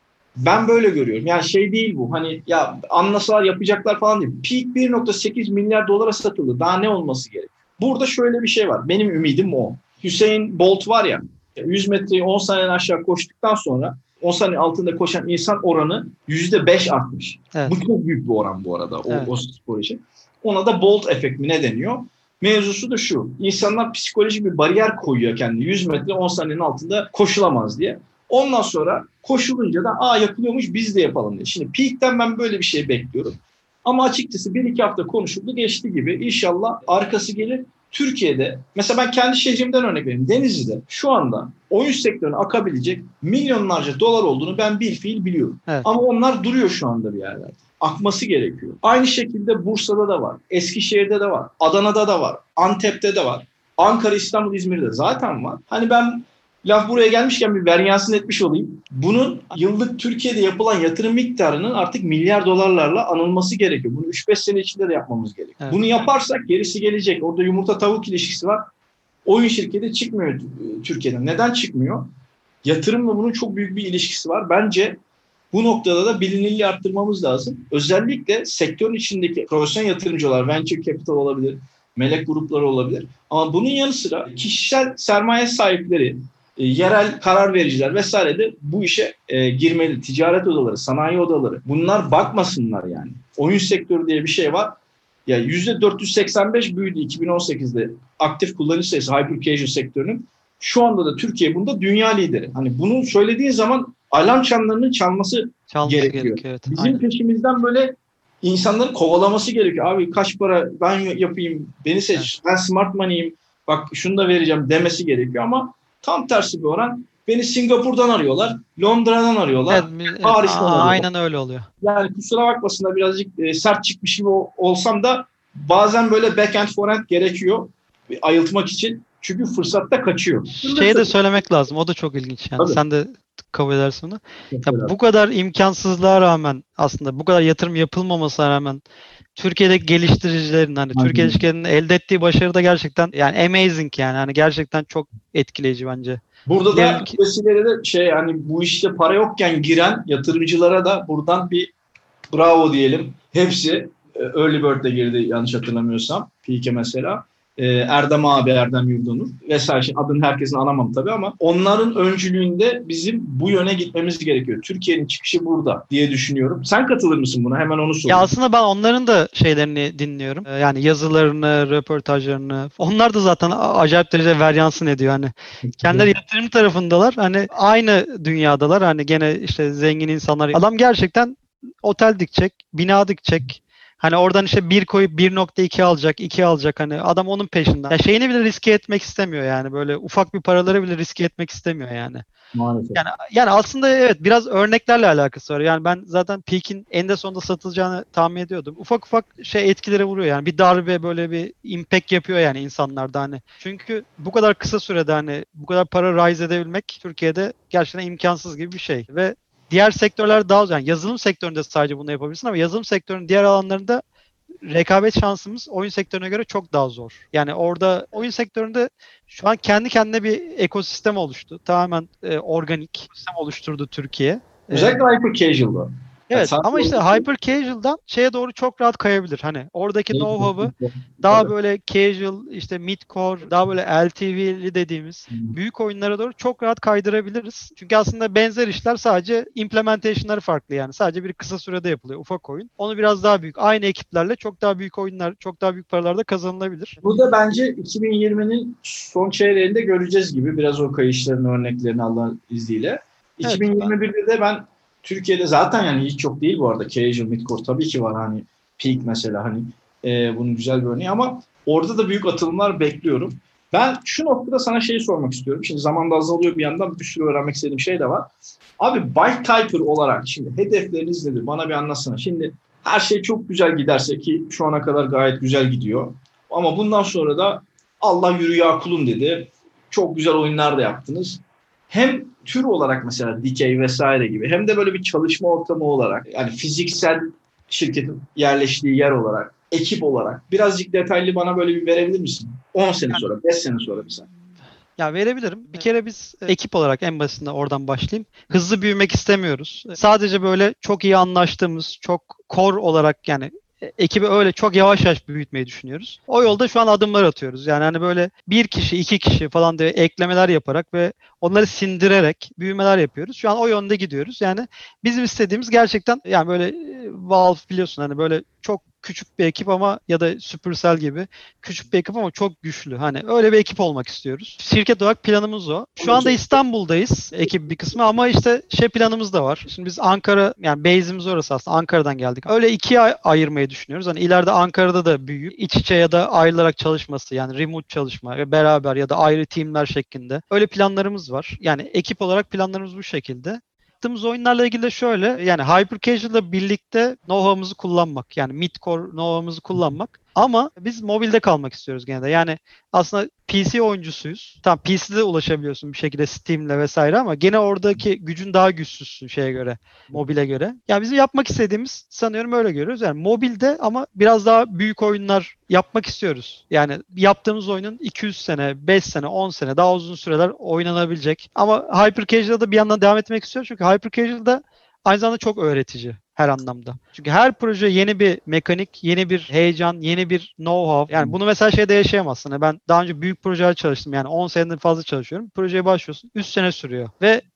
Speaker 3: Ben böyle görüyorum. Yani şey değil bu. Hani ya anlasalar yapacaklar falan değil. Peak 1.8 milyar dolara satıldı. Daha ne olması gerek? Burada şöyle bir şey var. Benim ümidim o. Hüseyin Bolt var ya 100 metreyi 10 saniyeden aşağı koştuktan sonra 10 saniye altında koşan insan oranı %5 artmış.
Speaker 4: Evet.
Speaker 3: Bu çok büyük bir oran bu arada
Speaker 4: Evet.
Speaker 3: o spor için. Ona da Bolt efekt mi ne deniyor? Mevzusu da şu. İnsanlar psikolojik bir bariyer koyuyor kendine. 100 metre 10 saniyenin altında koşulamaz diye. Ondan sonra koşulunca da yapılıyormuş biz de yapalım diye. Şimdi peak'ten ben böyle bir şey bekliyorum. Ama açıkçası 1-2 hafta konuşuldu geçti gibi. İnşallah arkası gelir. Türkiye'de mesela ben kendi şehrimden örnek vereyim. Denizli'de şu anda oyun sektörüne akabilecek milyonlarca dolar olduğunu ben bilfiil biliyorum.
Speaker 4: Evet.
Speaker 3: Ama onlar duruyor şu anda bir yerlerde. Akması gerekiyor. Aynı şekilde Bursa'da da var. Eskişehir'de de var. Adana'da da var. Antep'te de var. Ankara, İstanbul, İzmir'de zaten var. Hani ben laf buraya gelmişken bir varyansını etmiş olayım. Bunun yıllık Türkiye'de yapılan yatırım miktarının artık milyar dolarlarla anılması gerekiyor. Bunu 3-5 sene içinde de yapmamız gerekiyor.
Speaker 4: Evet.
Speaker 3: Bunu yaparsak gerisi gelecek. Orada yumurta tavuk ilişkisi var. Oyun şirketi çıkmıyor Türkiye'den. Neden çıkmıyor? Yatırımla bunun çok büyük bir ilişkisi var. Bence bu noktada da bilinirliği arttırmamız lazım. Özellikle sektörün içindeki profesyonel yatırımcılar, venture capital olabilir, melek grupları olabilir. Ama bunun yanı sıra kişisel sermaye sahipleri, yerel karar vericiler vesaire de bu işe girmeli. Ticaret odaları, sanayi odaları. Bunlar bakmasınlar yani. Oyun sektörü diye bir şey var. Ya %485 büyüdü 2018'de aktif kullanıcı sayısı hyper casual sektörünün. Şu anda da Türkiye bunda dünya lideri. Hani bunu söylediğin zaman alarm çanlarının çalması gerekiyor.
Speaker 4: Evet.
Speaker 3: Bizim
Speaker 4: Aynen.
Speaker 3: peşimizden böyle insanların kovalaması gerekiyor. Abi kaç para ben yapayım, beni seç,
Speaker 4: Evet.
Speaker 3: ben smart money'im, bak şunu da vereceğim demesi gerekiyor ama tam tersi bir oran. Beni Singapur'dan arıyorlar, Londra'dan arıyorlar,
Speaker 4: Evet,
Speaker 3: Paris'ten arıyorlar.
Speaker 4: aynen öyle oluyor.
Speaker 3: Yani kusura bakmasınlar birazcık sert çıkmış gibi olsam da bazen böyle backend forend gerekiyor ayıltmak için. Çünkü fırsatta kaçıyor.
Speaker 4: Şeyi de söylemek lazım. O da çok ilginç yani.
Speaker 3: Tabii.
Speaker 4: Sen de kabul edersin onu.
Speaker 3: Mesela.
Speaker 4: Ya bu kadar imkansızlığa rağmen aslında bu kadar yatırım yapılmamasına rağmen Türkiye'deki geliştiricilerin hani
Speaker 3: Aynen.
Speaker 4: Türkiye geliştiricilerin elde ettiği başarı da gerçekten yani amazing yani. Hani gerçekten çok etkileyici bence.
Speaker 3: Burada da
Speaker 4: Ki-
Speaker 3: vesilede de hani bu işte para yokken giren yatırımcılara da buradan bir bravo diyelim. Hepsi Early Bird'de girdi yanlış hatırlamıyorsam. Peak'e mesela. Erdem abi, Erdem Yurdunur vesaire. Şimdi adını herkesin anamam tabii ama onların öncülüğünde bizim bu yöne gitmemiz gerekiyor. Türkiye'nin çıkışı burada diye düşünüyorum. Sen katılır mısın buna? Hemen onu
Speaker 4: Ya
Speaker 3: sorayım.
Speaker 4: aslında ben onların da şeylerini dinliyorum. Yani yazılarını, röportajlarını. Onlar da zaten acayip derecede veryansın ediyor. Hani kendileri yatırım tarafındalar. Hani aynı dünyadalar. Hani gene işte zengin insanlar. Adam gerçekten otel dikecek, bina dikecek. Hani oradan işte bir koyup 1.2 alacak, 2 alacak. Hani adam onun peşinden. Ya şeyini bile riske etmek istemiyor yani. Böyle ufak bir paraları bile riske etmek istemiyor yani.
Speaker 3: Maalesef.
Speaker 4: Yani aslında evet biraz örneklerle alakası var. Yani ben zaten Peak'in eninde sonunda satılacağını tahmin ediyordum. Ufak ufak şey etkilere vuruyor yani. Bir darbe böyle bir impact yapıyor yani insanlarda hani. Çünkü bu kadar kısa sürede hani bu kadar para rise edebilmek Türkiye'de gerçekten imkansız gibi bir şey. Ve diğer sektörler daha yani yazılım sektöründe sadece bunu yapabilirsin ama yazılım sektörünün diğer alanlarında rekabet şansımız oyun sektörüne göre çok daha zor. Yani orada oyun sektöründe şu an kendi kendine bir ekosistem oluştu. Tamamen organik ekosistem oluşturdu Türkiye.
Speaker 3: Özellikle hyper casual'da.
Speaker 4: Evet ama işte hyper casual'dan şeye doğru çok rahat kayabilir. Hani oradaki know-how'ı daha böyle casual, işte mid-core, daha böyle LTV'li dediğimiz büyük oyunlara doğru çok rahat kaydırabiliriz. Çünkü aslında benzer işler sadece implementation'ları farklı yani. Sadece bir kısa sürede yapılıyor ufak oyun. Onu biraz daha büyük. Aynı ekiplerle çok daha büyük oyunlar, çok daha büyük paralarda kazanılabilir.
Speaker 3: Bu da bence 2020'nin son çeyreğinde göreceğiz gibi biraz o kayışların örneklerini Allah'ın izniyle.
Speaker 4: Evet,
Speaker 3: 2021'de de ben Türkiye'de zaten yani hiç çok değil bu arada casual midcore tabii ki var hani Peak mesela hani bunun güzel bir örneği ama orada da büyük atılımlar bekliyorum. Ben şu noktada sana şeyi sormak istiyorum. Şimdi zamanda azalıyor bir yandan bir sürü öğrenmek istediğim şey de var. Abi Byte Typer olarak şimdi hedefleriniz nedir? Bana bir anlatsana. Şimdi her şey çok güzel giderse ki şu ana kadar gayet güzel gidiyor. Ama bundan sonra da Allah yürü ya kulum dedi. Çok güzel oyunlar da yaptınız. Hem tür olarak mesela Dikey vesaire gibi hem de böyle bir çalışma ortamı olarak yani fiziksel şirketin yerleştiği yer olarak, ekip olarak birazcık detaylı bana böyle bir verebilir misin? 10 sene sonra, 5 sene sonra mesela.
Speaker 4: Ya verebilirim. Bir kere biz ekip olarak en basitinden oradan başlayayım. Hızlı büyümek istemiyoruz. Sadece böyle çok iyi anlaştığımız, çok core olarak yani ekibi öyle çok yavaş yavaş büyütmeyi düşünüyoruz. O yolda şu an adımlar atıyoruz. Yani hani böyle bir kişi, iki kişi falan diye eklemeler yaparak ve onları sindirerek büyümeler yapıyoruz. Şu an o yönde gidiyoruz. Yani bizim istediğimiz gerçekten yani böyle Valve biliyorsun hani böyle çok küçük bir ekip ama ya da Supercell gibi küçük bir ekip ama çok güçlü. Hani öyle bir ekip olmak istiyoruz. Şirket olarak planımız o. Şu anda İstanbul'dayız ekip bir kısmı ama işte şey planımız da var. Şimdi biz Ankara yani base'imiz orası aslında Ankara'dan geldik. Öyle ikiye ayırmayı düşünüyoruz. Hani ileride Ankara'da da büyüyüp iç içe ya da ayrılarak çalışması yani remote çalışma ve beraber ya da ayrı teamler şeklinde. Öyle planlarımız var. Yani ekip olarak planlarımız bu şekilde. Yaptığımız oyunlarla ilgili de şöyle yani Hyper Casual'la birlikte know-how'ımızı kullanmak yani mid-core know-how'ımızı kullanmak ama biz mobilde kalmak istiyoruz gene de. Yani aslında PC oyuncusuyuz. Tamam PC'de ulaşabiliyorsun bir şekilde Steam'le vesaire ama gene oradaki gücün daha güçsüzsün şeye göre, mobile göre. Yani bizim yapmak istediğimiz sanıyorum öyle görüyoruz. Yani mobilde ama biraz daha büyük oyunlar yapmak istiyoruz. Yani yaptığımız oyunun 200 sene, 5 sene, 10 sene daha uzun süreler oynanabilecek. Ama Hyper Casual'da bir yandan devam etmek istiyorum çünkü Hyper Casual'da aynı zamanda çok öğretici her anlamda. Çünkü her proje yeni bir mekanik, yeni bir heyecan, yeni bir know-how. Yani bunu mesela şeyde yaşayamazsın. Ben daha önce büyük projeler çalıştım. Yani 10 senedir fazla çalışıyorum. Projeye başlıyorsun. 3 sene sürüyor. Ve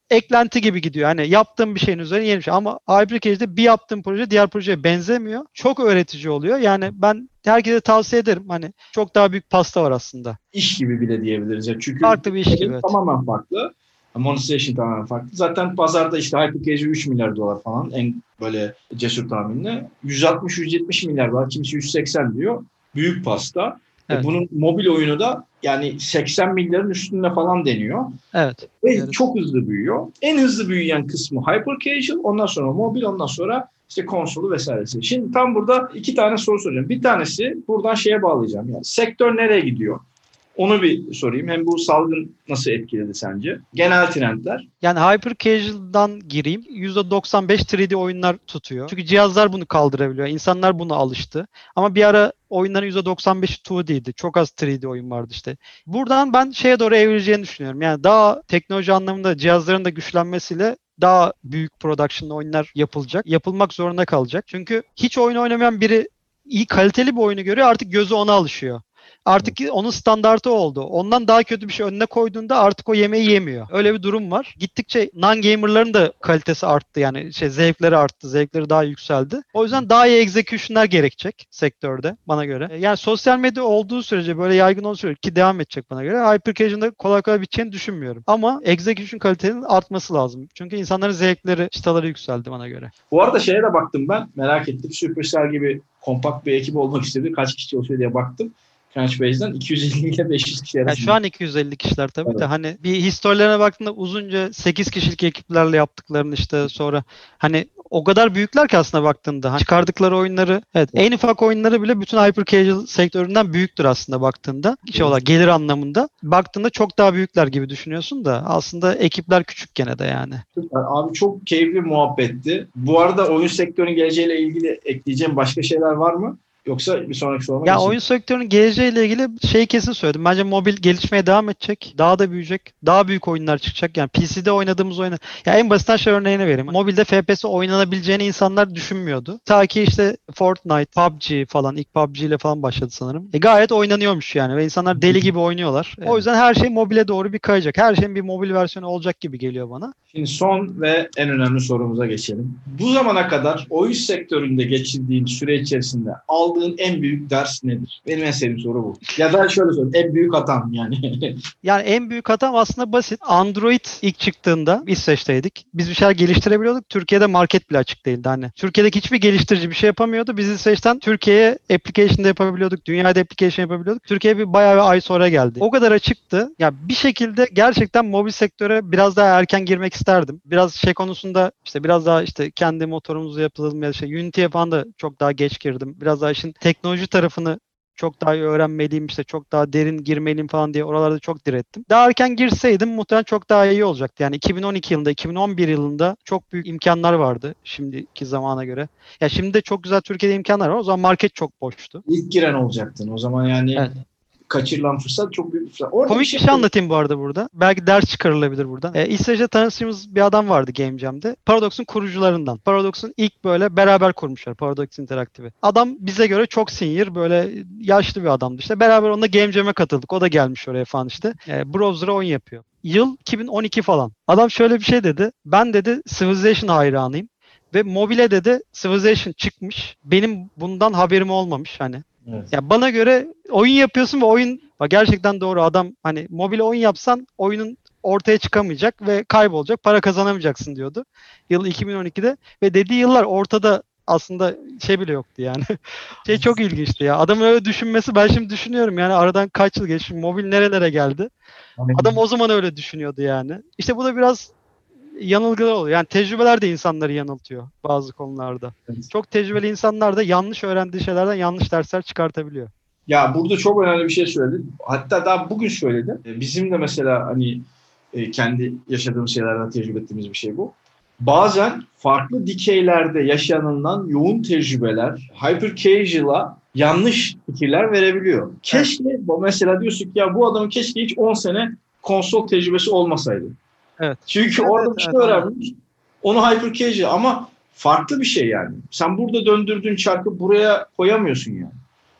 Speaker 4: eklenti gibi gidiyor. Hani yaptığım bir şeyin üzerine yeni bir şey. Ama hybrid cage'de bir yaptığım proje diğer projeye benzemiyor. Çok öğretici oluyor. Yani ben herkese tavsiye ederim. Hani çok daha büyük pasta var aslında.
Speaker 3: İş gibi bile diyebiliriz. Yani çünkü
Speaker 4: Farklı bir iş gibi, evet.
Speaker 3: tamamen farklı. Monetization tamamen farklı. Zaten pazarda işte Hypercasual 3 milyar dolar falan en böyle cesur tahminle. 160-170 milyar dolar. Kimisi 180 diyor. Büyük pasta.
Speaker 4: Evet.
Speaker 3: Bunun mobil oyunu da yani 80 milyarın üstünde falan deniyor.
Speaker 4: Evet.
Speaker 3: Ve
Speaker 4: Evet.
Speaker 3: çok hızlı büyüyor. En hızlı büyüyen kısmı Hypercasual, ondan sonra mobil, ondan sonra işte konsolu vesairesi. Şimdi tam burada 2 tane soru soracağım. Bir tanesi buradan şeye bağlayacağım. Yani sektör nereye gidiyor? Onu bir sorayım. Hem bu salgın nasıl etkiledi sence? Genel trendler.
Speaker 4: Yani hyper casual'dan gireyim. %95 3D oyunlar tutuyor. Çünkü cihazlar bunu kaldırabiliyor. İnsanlar buna alıştı. Ama bir ara oyunların %95'i 2D'ydi. Çok az 3D oyun vardı işte. Buradan ben şeye doğru evrileceğini düşünüyorum. Yani daha teknoloji anlamında cihazların da güçlenmesiyle daha büyük production'lı oyunlar yapılacak. Yapılmak zorunda kalacak. Çünkü hiç oyun oynamayan biri iyi kaliteli bir oyunu görüyor, artık gözü ona alışıyor. Artık onun standartı oldu. Ondan daha kötü bir şey önüne koyduğunda artık o yemeği yemiyor. Öyle bir durum var. Gittikçe non-gamer'ların da kalitesi arttı. Yani zevkleri arttı. Zevkleri daha yükseldi. O yüzden daha iyi execution'lar gerekecek sektörde bana göre. Yani sosyal medya olduğu sürece, böyle yaygın olduğu sürece ki devam edecek bana göre, hypercasual'da kolay kolay biteceğini düşünmüyorum. Ama execution kalitenin artması lazım. Çünkü insanların zevkleri, çıtaları yükseldi bana göre.
Speaker 3: Bu arada şeye de baktım ben. Merak ettim. Supercell gibi kompakt bir ekip olmak istedi. Kaç kişi çalışıyor diye baktım. Crunchbase'den 250 ile 500 kişi arasında.
Speaker 4: Yani şu an 250 kişiler tabii
Speaker 3: Evet.
Speaker 4: de hani bir historilerine baktığında uzunca 8 kişilik ekiplerle yaptıklarını işte sonra hani o kadar büyükler ki aslında baktığında. Hani çıkardıkları oyunları, evet, en ufak oyunları bile bütün hyper casual sektöründen büyüktür aslında baktığında. Şey olarak gelir anlamında. Baktığında çok daha büyükler gibi düşünüyorsun da aslında ekipler küçük gene de yani.
Speaker 3: Süper. Abi çok keyifli muhabbetti. Bu arada oyun sektörünün geleceğiyle ilgili ekleyeceğim başka şeyler var mı? Yoksa bir sonraki soruma
Speaker 4: Ya
Speaker 3: geçeyim.
Speaker 4: oyun sektörünün geleceğiyle ilgili şeyi kesin söyledim. Bence mobil gelişmeye devam edecek. Daha da büyüyecek. Daha büyük oyunlar çıkacak. Yani PC'de oynadığımız oyunu. Ya en basitten şey örneğini vereyim. Mobilde FPS oynanabileceğini insanlar düşünmüyordu. Ta ki işte Fortnite, PUBG falan, ilk PUBG ile falan başladı sanırım. Gayet oynanıyormuş yani ve insanlar deli gibi oynuyorlar. O yüzden her şey mobile doğru bir kayacak. Her şeyin bir mobil versiyonu olacak gibi geliyor bana.
Speaker 3: Şimdi son ve en önemli sorumuza geçelim. Bu zamana kadar oyun sektöründe geçirdiğin süre içerisinde aldığın en büyük ders nedir? Benim en sevdiğim soru bu. Ya da şöyle söyleyeyim. En büyük hatam yani.
Speaker 4: Yani en büyük hatam aslında basit. Android ilk çıktığında İsveç'teydik. Biz bir şeyler geliştirebiliyorduk. Türkiye'de market bile açık değildi. Hani Türkiye'deki hiçbir geliştirici bir şey yapamıyordu. Biz İsveç'ten Türkiye'ye application da yapabiliyorduk. Dünyada application yapabiliyorduk. Türkiye bayağı bir ay sonra geldi. O kadar açıktı. Ya bir şekilde gerçekten mobil sektöre biraz daha erken girmek isterdim. Biraz şey konusunda işte biraz daha işte kendi motorumuzu yapalım ya şey Unity'ye falan da çok daha geç girdim. Biraz daha işin teknoloji tarafını çok daha iyi öğrenmeliyim, işte çok daha derin girmeliyim falan diye oralarda çok direttim. Daha erken girseydim muhtemelen çok daha iyi olacaktı. Yani 2012 yılında, 2011 yılında çok büyük imkanlar vardı şimdiki zamana göre. Ya şimdi de çok güzel Türkiye'de imkanlar var. O zaman market çok boştu.
Speaker 3: İlk giren olacaktın. O zaman yani
Speaker 4: Evet.
Speaker 3: kaçırılan fırsat çok büyük bir fırsat. Orada
Speaker 4: Komik bir şey anlatayım bu arada burada. Belki ders çıkarılabilir buradan. İsveç'te tanıştığımız bir adam vardı Game Jam'de. Paradox'un kurucularından. Paradox'un ilk böyle beraber kurmuşlar Paradox Interactive'i. Adam bize göre çok senior, böyle yaşlı bir adamdı işte. Beraber onunla Game Jam'e katıldık. O da gelmiş oraya falan işte. Browser'a oyun yapıyor. Yıl 2012 falan. Adam şöyle bir şey dedi. Ben dedi Civilization hayranıyım. Ve mobile dedi Civilization çıkmış. Benim bundan haberim olmamış hani.
Speaker 3: Evet.
Speaker 4: Ya bana göre oyun yapıyorsun ve oyun gerçekten doğru, adam hani mobil oyun yapsan oyunun ortaya çıkamayacak ve kaybolacak, para kazanamayacaksın diyordu. Yıl 2012'de ve dediği yıllar ortada aslında şey bile yoktu yani. Şey çok ilginçti ya. Adamın öyle düşünmesi, ben şimdi düşünüyorum yani aradan kaç yıl geçti, mobil nerelere geldi. Adam o zaman öyle düşünüyordu yani. İşte bu da biraz yanılgılar oluyor. Yani tecrübeler de insanları yanıltıyor bazı konularda.
Speaker 3: Evet.
Speaker 4: Çok tecrübeli insanlar da yanlış öğrendiği şeylerden yanlış dersler çıkartabiliyor.
Speaker 3: Ya burada çok önemli bir şey söyledin. Hatta daha bugün söyledin. Bizim de mesela hani kendi yaşadığımız şeylerden tecrübe ettiğimiz bir şey bu. Bazen farklı dikeylerde yaşanılan yoğun tecrübeler hyper casual'a yanlış fikirler verebiliyor. Keşke mesela diyorsun ki ya bu adamın keşke hiç 10 sene konsol tecrübesi olmasaydı.
Speaker 4: Evet.
Speaker 3: Çünkü
Speaker 4: Evet,
Speaker 3: orada bir şey
Speaker 4: evet,
Speaker 3: öğrenmiş. Onu hyper casual ama farklı bir şey yani. Sen burada döndürdüğün çarkı buraya koyamıyorsun yani.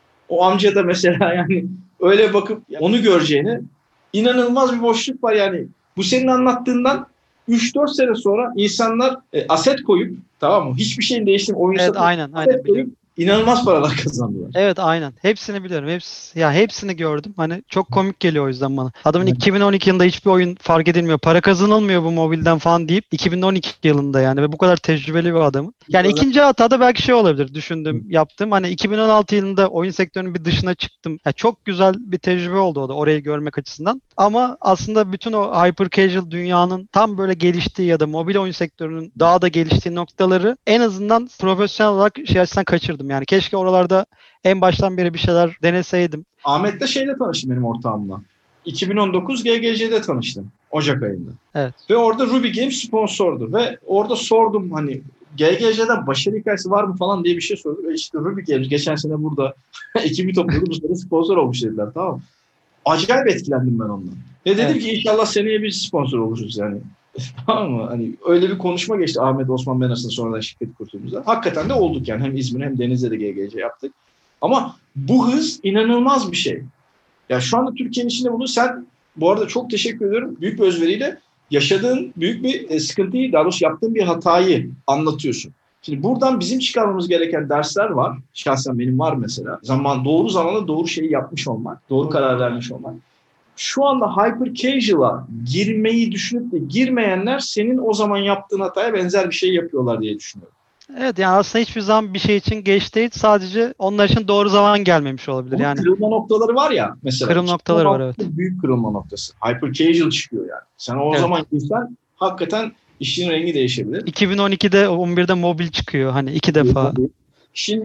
Speaker 3: O amca da mesela yani öyle bakıp onu göreceğini, inanılmaz bir boşluk var yani. Bu senin anlattığından 3-4 sene sonra insanlar aset koyup, tamam mı? Hiçbir şeyin değiştirmeyip oyun
Speaker 4: Evet,
Speaker 3: satıp
Speaker 4: aynen
Speaker 3: aset
Speaker 4: biliyorum.
Speaker 3: koyup inanılmaz paralar kazandılar.
Speaker 4: Evet, aynen. Hepsini biliyorum. Hepsini gördüm. Hani çok komik geliyor o yüzden bana. Adamın 2012 yılında hiçbir oyun fark edilmiyor. Para kazanılmıyor bu mobilden falan deyip 2012 yılında yani ve bu kadar tecrübeli bir adamın. Yani ikinci hatada belki şey olabilir düşündüm, yaptım. Hani 2016 yılında oyun sektörünün bir dışına çıktım. Yani çok güzel bir tecrübe oldu o da orayı görmek açısından. Ama aslında bütün o hyper casual dünyanın tam böyle geliştiği ya da mobil oyun sektörünün daha da geliştiği noktaları en azından profesyonel olarak şey açısından kaçırdım. Yani keşke oralarda en baştan beri bir şeyler deneseydim.
Speaker 3: Ahmet'le şeyle tanıştım, benim ortağımla. 2019 GGC'de tanıştım. Ocak ayında.
Speaker 4: Evet.
Speaker 3: Ve orada Ruby Games sponsordu. Ve orada sordum hani GGC'den başarı hikayesi var mı falan diye bir şey sordum. Ve işte Ruby Games geçen sene burada ekibi topladı. Bu sene sponsor olmuş dediler, tamam mı? Acayip etkilendim ben ondan. Ve dedim ki inşallah seneye biz sponsor oluruz yani. Tamam mı? Hani öyle bir konuşma geçti Ahmet Osman ben arasında sonradan şirket kurduğumuzda. Hakikaten de olduk yani. Hem İzmir hem Denizli'de de GGC yaptık. Ama bu hız inanılmaz bir şey. Ya şu anda Türkiye'nin içinde bunu sen, bu arada çok teşekkür ediyorum. Büyük bir özveriyle yaşadığın büyük bir sıkıntıyı, daha doğrusu yaptığın bir hatayı anlatıyorsun. Şimdi buradan bizim çıkarmamız gereken dersler var. Şahsen benim var mesela. Doğru zamanda doğru şeyi yapmış olmak, doğru karar vermiş olmak. Şu anda hyper casual'a girmeyi düşünüp de girmeyenler senin o zaman yaptığın hataya benzer bir şey yapıyorlar diye düşünüyorum.
Speaker 4: Evet, yani aslında hiçbir zaman bir şey için geç değil. Sadece onlar için doğru zaman gelmemiş olabilir.
Speaker 3: Onun
Speaker 4: Yani
Speaker 3: kırılma noktaları var ya mesela.
Speaker 4: kırılma noktaları var, evet.
Speaker 3: Büyük kırılma noktası. Hyper casual çıkıyor yani. Sen o zaman girsen hakikaten işin rengi değişebilir.
Speaker 4: 2012'de 11'de mobil çıkıyor hani 2 defa.
Speaker 3: Şimdi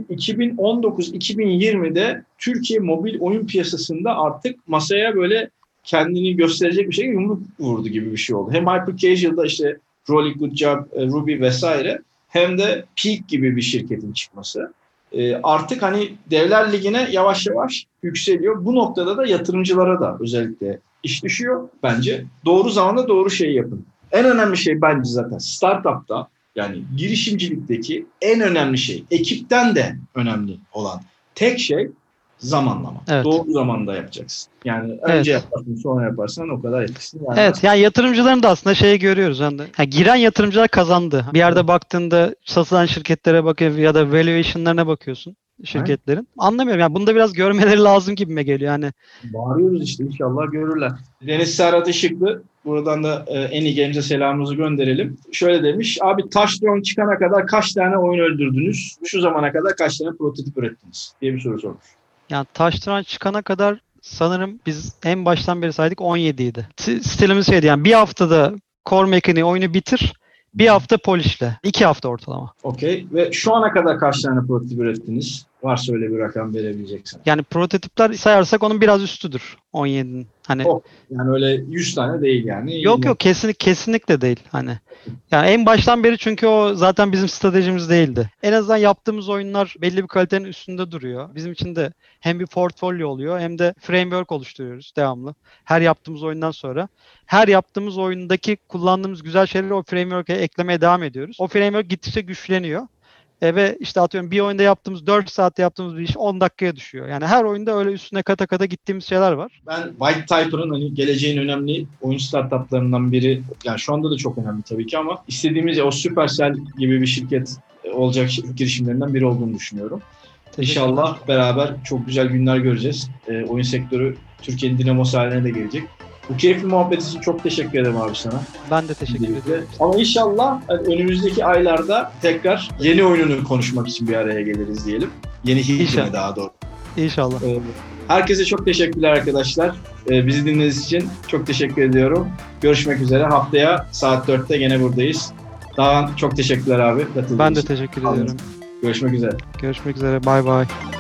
Speaker 3: 2019-2020'de Türkiye mobil oyun piyasasında artık masaya böyle kendini gösterecek bir şey, yumruk vurdu gibi bir şey oldu. Hem Hyper Casual'da işte Rolling Good Job, Ruby vesaire, hem de Peak gibi bir şirketin çıkması. Artık hani Devler Ligi'ne yavaş yavaş yükseliyor. Bu noktada da yatırımcılara da özellikle iş düşüyor bence. Doğru zamanda doğru şeyi yapın. En önemli şey bence zaten startup'ta, yani girişimcilikteki en önemli şey, ekipten de önemli olan tek şey zamanlama.
Speaker 4: Evet.
Speaker 3: Doğru zamanda yapacaksın. Yani önce yaparsın, sonra yaparsan o kadar etkisini vermez.
Speaker 4: Evet, yani yatırımcıların da aslında şeyi görüyoruz. Yani giren yatırımcılar kazandı. Bir yerde baktığında satılan şirketlere bakıyor ya da valuation'larına bakıyorsun şirketlerin. Evet. Anlamıyorum. Yani bunu da biraz görmeleri lazım gibime geliyor. Yani
Speaker 3: bağırıyoruz işte, inşallah görürler. Deniz Serhat Işıklı, buradan da Any Games'e selamımızı gönderelim. Şöyle demiş: abi Taştron çıkana kadar kaç tane oyun öldürdünüz? Şu zamana kadar kaç tane prototip ürettiniz diye bir soru sormuş.
Speaker 4: Yani Taştron çıkana kadar sanırım biz en baştan beri saydık 17 idi. Stilimiz şeydi, yani bir haftada core mekaniği oyunu bitir, bir hafta polişle. 2 hafta ortalama.
Speaker 3: Okey. Ve şu ana kadar kaç tane prototip ürettiniz? Varsa öyle bir rakam verebileceksin.
Speaker 4: Yani prototipler sayarsak onun biraz üstüdür 17'nin. Hani
Speaker 3: yani öyle 100 tane değil yani.
Speaker 4: Yok kesinlikle değil hani. Yani en baştan beri, çünkü o zaten bizim stratejimiz değildi. En azından yaptığımız oyunlar belli bir kalitenin üstünde duruyor. Bizim için de hem bir portfolyo oluyor hem de framework oluşturuyoruz devamlı. Her yaptığımız oyundan sonra her yaptığımız oyundaki kullandığımız güzel şeyleri o framework'e eklemeye devam ediyoruz. O framework gittikçe güçleniyor. Ve işte atıyorum bir oyunda yaptığımız 4 saatte yaptığımız bir iş 10 dakikaya düşüyor. Yani her oyunda öyle üstüne kata kata gittiğimiz şeyler var.
Speaker 3: Ben White Typer'ın hani geleceğin önemli oyun startuplarından biri, yani şu anda da çok önemli tabii ki, ama istediğimiz o Supercell gibi bir şirket olacak girişimlerinden biri olduğunu düşünüyorum. İnşallah beraber çok güzel günler göreceğiz. Oyun sektörü Türkiye'nin dinamosu haline de gelecek. Bu keyifli muhabbet için çok teşekkür ederim abi sana.
Speaker 4: Ben de teşekkür ederim.
Speaker 3: Ama inşallah önümüzdeki aylarda tekrar yeni oyununu konuşmak için bir araya geliriz diyelim. Yeni hikayene daha doğru.
Speaker 4: İnşallah.
Speaker 3: Herkese çok teşekkürler arkadaşlar. Bizi dinlediğiniz için çok teşekkür ediyorum. Görüşmek üzere. Haftaya saat 4'te gene buradayız. Daha çok teşekkürler abi.
Speaker 4: Ben de teşekkür ediyorum.
Speaker 3: Görüşmek üzere.
Speaker 4: Görüşmek üzere. Bye bye.